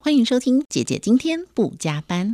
欢迎收听姐姐今天不加班。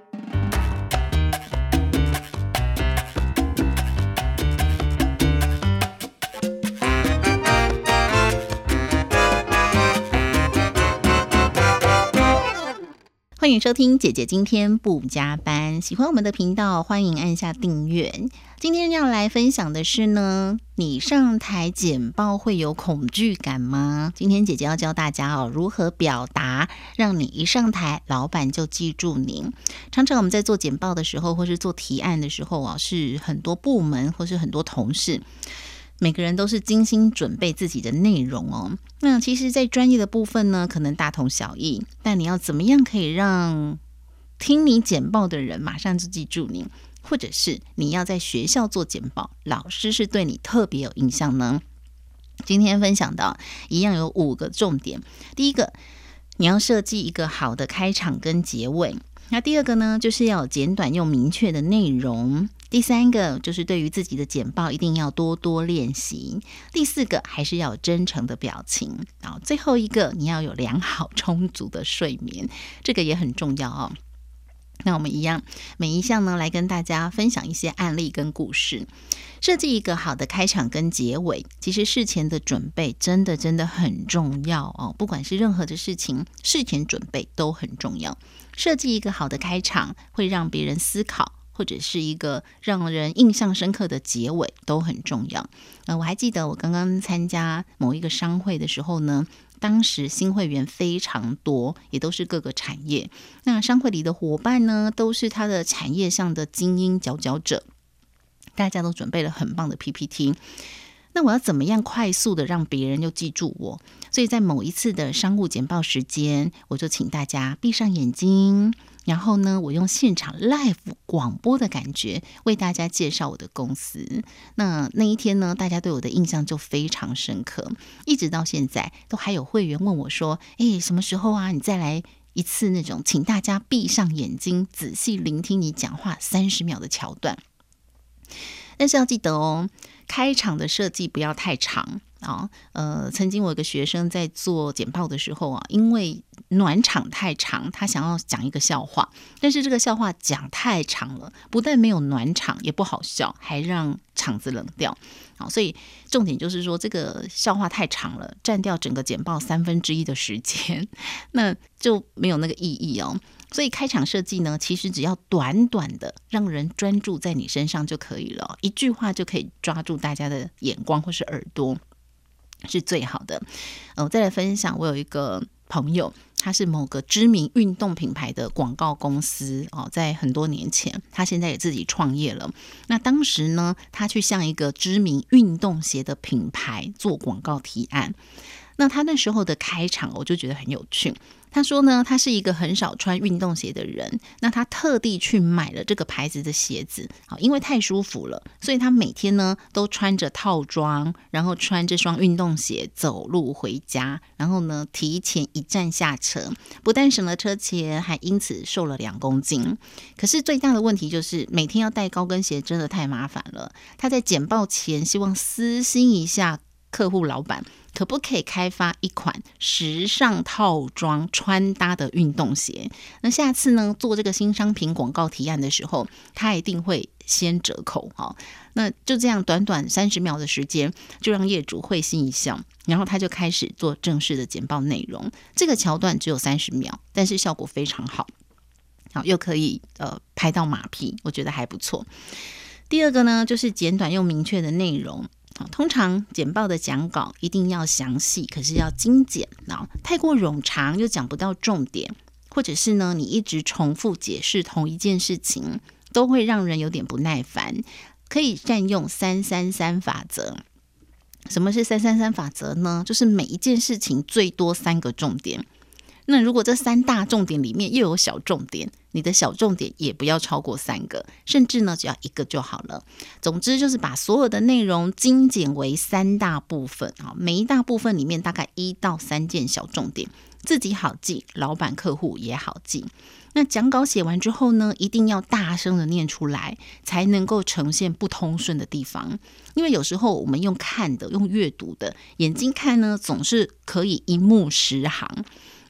欢迎收听姐姐今天不加班，喜欢我们的频道欢迎按下订阅。今天要来分享的是呢，你上台简报会有恐惧感吗？今天姐姐要教大家如何表达，让你一上台老板就记住您。常常我们在做简报的时候或是做提案的时候是很多部门或是很多同事，每个人都是精心准备自己的内容那其实在专业的部分呢，可能大同小异，但你要怎么样可以让听你简报的人马上就记住你，或者是你要在学校做简报，老师是对你特别有印象呢？今天分享到一样有5个重点。第一个，你要设计一个好的开场跟结尾。那第二个呢，就是要有简短又明确的内容。第三个就是对于自己的简报一定要多多练习。第四个还是要有真诚的表情。最后一个你要有良好充足的睡眠，这个也很重要那我们一样每一项呢来跟大家分享一些案例跟故事。设计一个好的开场跟结尾，其实事前的准备真的很重要不管是任何的事情，事前准备都很重要。设计一个好的开场，会让别人思考，或者是一个让人印象深刻的结尾都很重要。我还记得我刚刚参加某一个商会的时候呢，当时新会员非常多，也都是各个产业。那商会里的伙伴呢，都是他的产业上的精英佼佼者，大家都准备了很棒的 PPT。那我要怎么样快速的让别人又记住我？所以在某一次的商务简报时间，我就请大家闭上眼睛，然后呢，我用现场 live 广播的感觉为大家介绍我的公司。那一天呢，大家对我的印象就非常深刻，一直到现在都还有会员问我说，什么时候你再来一次那种请大家闭上眼睛仔细聆听你讲话30秒的桥段。但是要记得开场的设计不要太长曾经我有个学生在做简报的时候因为暖场太长，他想要讲一个笑话，但是这个笑话讲太长了，不但没有暖场，也不好笑，还让场子冷掉所以重点就是说，这个笑话太长了，占掉整个简报1/3的时间，那就没有那个意义所以开场设计呢，其实只要短短的让人专注在你身上就可以了，一句话就可以抓住大家的眼光或是耳朵，是最好的。我再来分享，我有一个朋友，他是某个知名运动品牌的广告公司在很多年前，他现在也自己创业了。那当时呢，他去向一个知名运动鞋的品牌做广告提案。那他那时候的开场我就觉得很有趣，他说呢，他是一个很少穿运动鞋的人，那他特地去买了这个牌子的鞋子因为太舒服了，所以他每天呢都穿着套装，然后穿这双运动鞋走路回家，然后呢提前1站下车，不但省了车钱，还因此瘦了2公斤。可是最大的问题就是每天要带高跟鞋真的太麻烦了，他在简报前希望私心一下客户老板，可不可以开发一款时尚套装穿搭的运动鞋？那下次呢做这个新商品广告提案的时候，他一定会先折扣那就这样短短30秒的时间，就让业主会心一笑，然后他就开始做正式的简报内容。这个桥段只有30秒，但是效果非常好又可以拍到马屁，我觉得还不错。第二个呢，就是简短又明确的内容。通常简报的讲稿一定要详细，可是要精简太过冗长又讲不到重点，或者是呢你一直重复解释同一件事情，都会让人有点不耐烦。可以善用333法则。什么是333法则呢？就是每一件事情最多3个重点，那如果这3大重点里面又有小重点，你的小重点也不要超过3个，甚至呢只要1个就好了。总之就是把所有的内容精简为3大部分，每一大部分里面大概1到3件小重点，自己好记，老板客户也好记。那讲稿写完之后呢，一定要大声的念出来，才能够呈现不通顺的地方。因为有时候我们用看的，用阅读的，眼睛看呢，总是可以一目十行。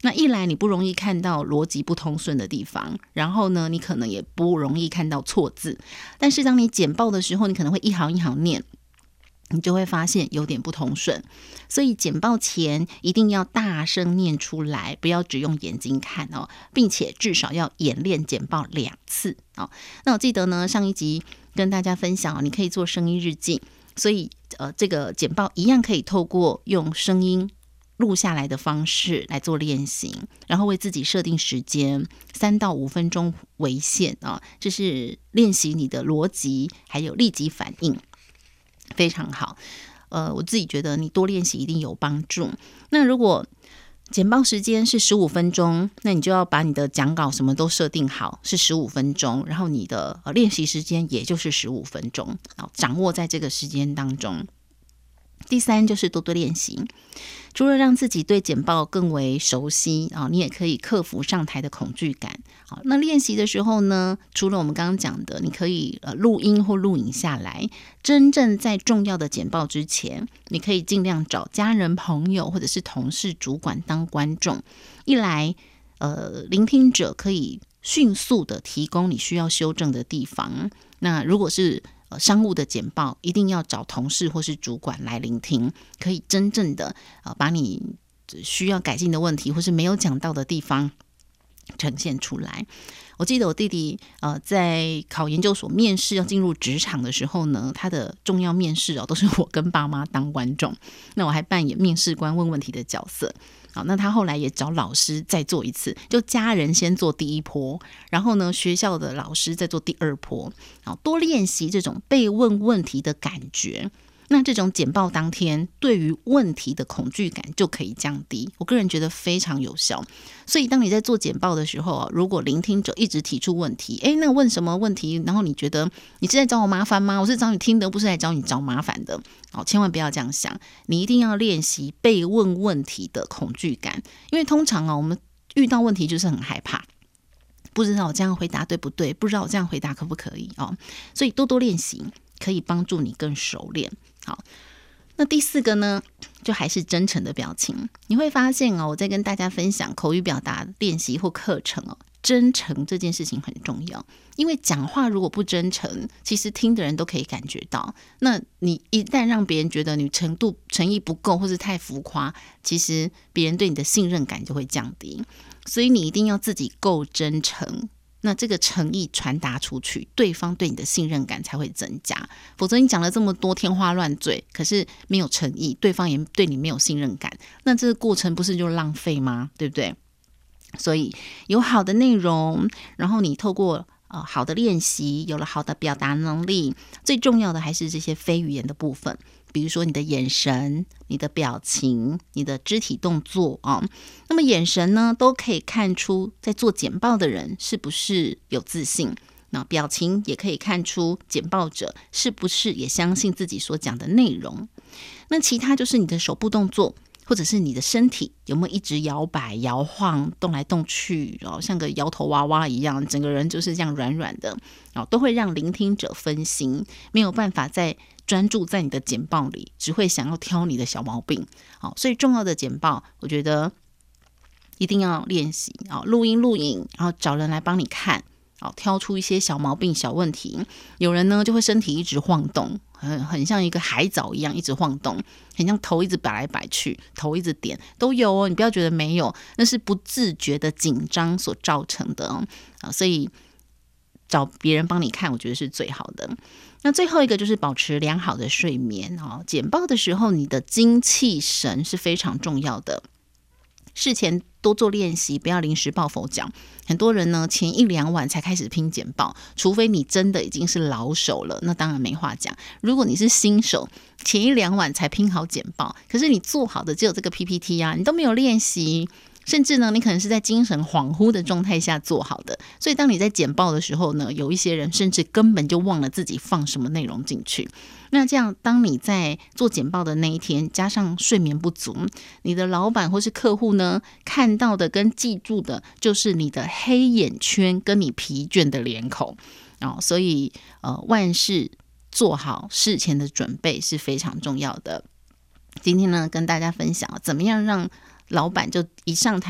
那一来你不容易看到逻辑不通顺的地方，然后呢，你可能也不容易看到错字。但是当你简报的时候，你可能会一行一行念，你就会发现有点不通顺。所以简报前一定要大声念出来，不要只用眼睛看哦，并且至少要演练简报2次哦。那我记得呢，上一集跟大家分享，你可以做声音日记，所以这个简报一样可以透过用声音录下来的方式来做练习，然后为自己设定时间，3到5分钟为限啊，这是练习你的逻辑还有立即反应，非常好。我自己觉得你多练习一定有帮助。那如果简报时间是15分钟，那你就要把你的讲稿什么都设定好，是15分钟，然后你的练习时间也就是15分钟，掌握在这个时间当中。第3就是多多练习，除了让自己对简报更为熟悉你也可以克服上台的恐惧感。那练习的时候呢，除了我们刚刚讲的，你可以录音或录影下来，真正在重要的简报之前，你可以尽量找家人朋友或者是同事主管当观众，一来聆听者可以迅速的提供你需要修正的地方。那如果是商务的简报，一定要找同事或是主管来聆听，可以真正的把你需要改进的问题或是没有讲到的地方呈现出来。我记得我弟弟在考研究所面试要进入职场的时候呢，他的重要面试都是我跟爸妈当观众，那我还扮演面试官问问题的角色。好，那他后来也找老师再做一次，就家人先做第1波，然后呢学校的老师再做第2波，好，多练习这种被问问题的感觉。那这种简报当天对于问题的恐惧感就可以降低，我个人觉得非常有效。所以当你在做简报的时候如果聆听者一直提出问题，那问什么问题，然后你觉得你是在找我麻烦吗？我是找你听的，不是来找你找麻烦的。千万不要这样想，你一定要练习被问问题的恐惧感。因为通常我们遇到问题就是很害怕，不知道我这样回答对不对，不知道我这样回答可不可以所以多多练习可以帮助你更熟练。好，那第4个呢，就还是真诚的表情。你会发现我在跟大家分享口语表达练习或课程真诚这件事情很重要。因为讲话如果不真诚，其实听的人都可以感觉到。那你一旦让别人觉得你诚意不够，或是太浮夸，其实别人对你的信任感就会降低。所以你一定要自己够真诚，那这个诚意传达出去，对方对你的信任感才会增加。否则你讲了这么多天花乱坠，可是没有诚意，对方也对你没有信任感，那这个过程不是就浪费吗？对不对？所以有好的内容，然后你透过好的练习，有了好的表达能力，最重要的还是这些非语言的部分，比如说你的眼神、你的表情、你的肢体动作那么眼神呢，都可以看出在做简报的人是不是有自信，那表情也可以看出简报者是不是也相信自己所讲的内容。那其他就是你的手部动作，或者是你的身体有没有一直摇摆摇晃，动来动去像个摇头娃娃一样，整个人就是这样软软的都会让聆听者分心，没有办法再专注在你的简报里，只会想要挑你的小毛病所以重要的简报我觉得一定要练习录音录影，然后找人来帮你看挑出一些小毛病小问题。有人呢就会身体一直晃动，很像一个海藻一样一直晃动，很像头一直摆来摆去，头一直点都有你不要觉得没有，那是不自觉的紧张所造成的所以找别人帮你看我觉得是最好的。那最后一个就是保持良好的睡眠简报的时候你的精气神是非常重要的，事前多做练习，不要临时抱佛脚。很多人呢前1-2晚才开始拼简报，除非你真的已经是老手了，那当然没话讲。如果你是新手，前1-2晚才拼好简报，可是你做好的只有这个 PPT 你都没有练习，甚至呢你可能是在精神恍惚的状态下做好的，所以当你在简报的时候呢，有一些人甚至根本就忘了自己放什么内容进去。那这样当你在做简报的那一天加上睡眠不足，你的老板或是客户呢看到的跟记住的就是你的黑眼圈跟你疲倦的脸孔所以万事做好事前的准备是非常重要的。今天呢跟大家分享怎么样让老板就一上台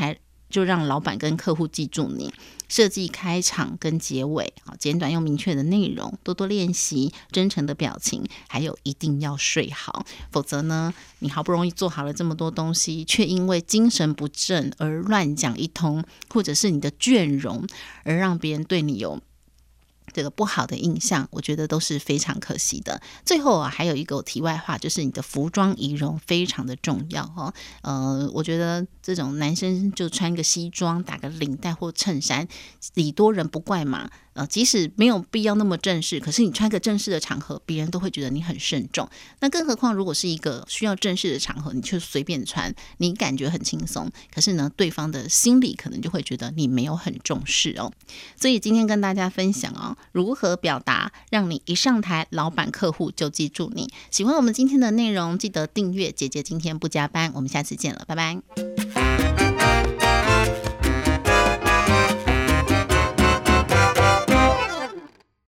就让老板跟客户记住你。设计开场跟结尾，简短又明确的内容，多多练习真诚的表情，还有一定要睡好，否则呢，你好不容易做好了这么多东西，却因为精神不振而乱讲一通，或者是你的倦容而让别人对你有这个不好的印象，我觉得都是非常可惜的。最后还有一个题外话，就是你的服装仪容非常的重要我觉得这种男生就穿个西装，打个领带或衬衫，礼多人不怪嘛。即使没有必要那么正式，可是你穿个正式的场合，别人都会觉得你很慎重。那更何况如果是一个需要正式的场合，你却随便穿，你感觉很轻松，可是呢，对方的心里可能就会觉得你没有很重视所以今天跟大家分享如何表达，让你一上台，老板客户就记住你。喜欢我们今天的内容，记得订阅姐姐今天不加班，我们下次见了，拜拜。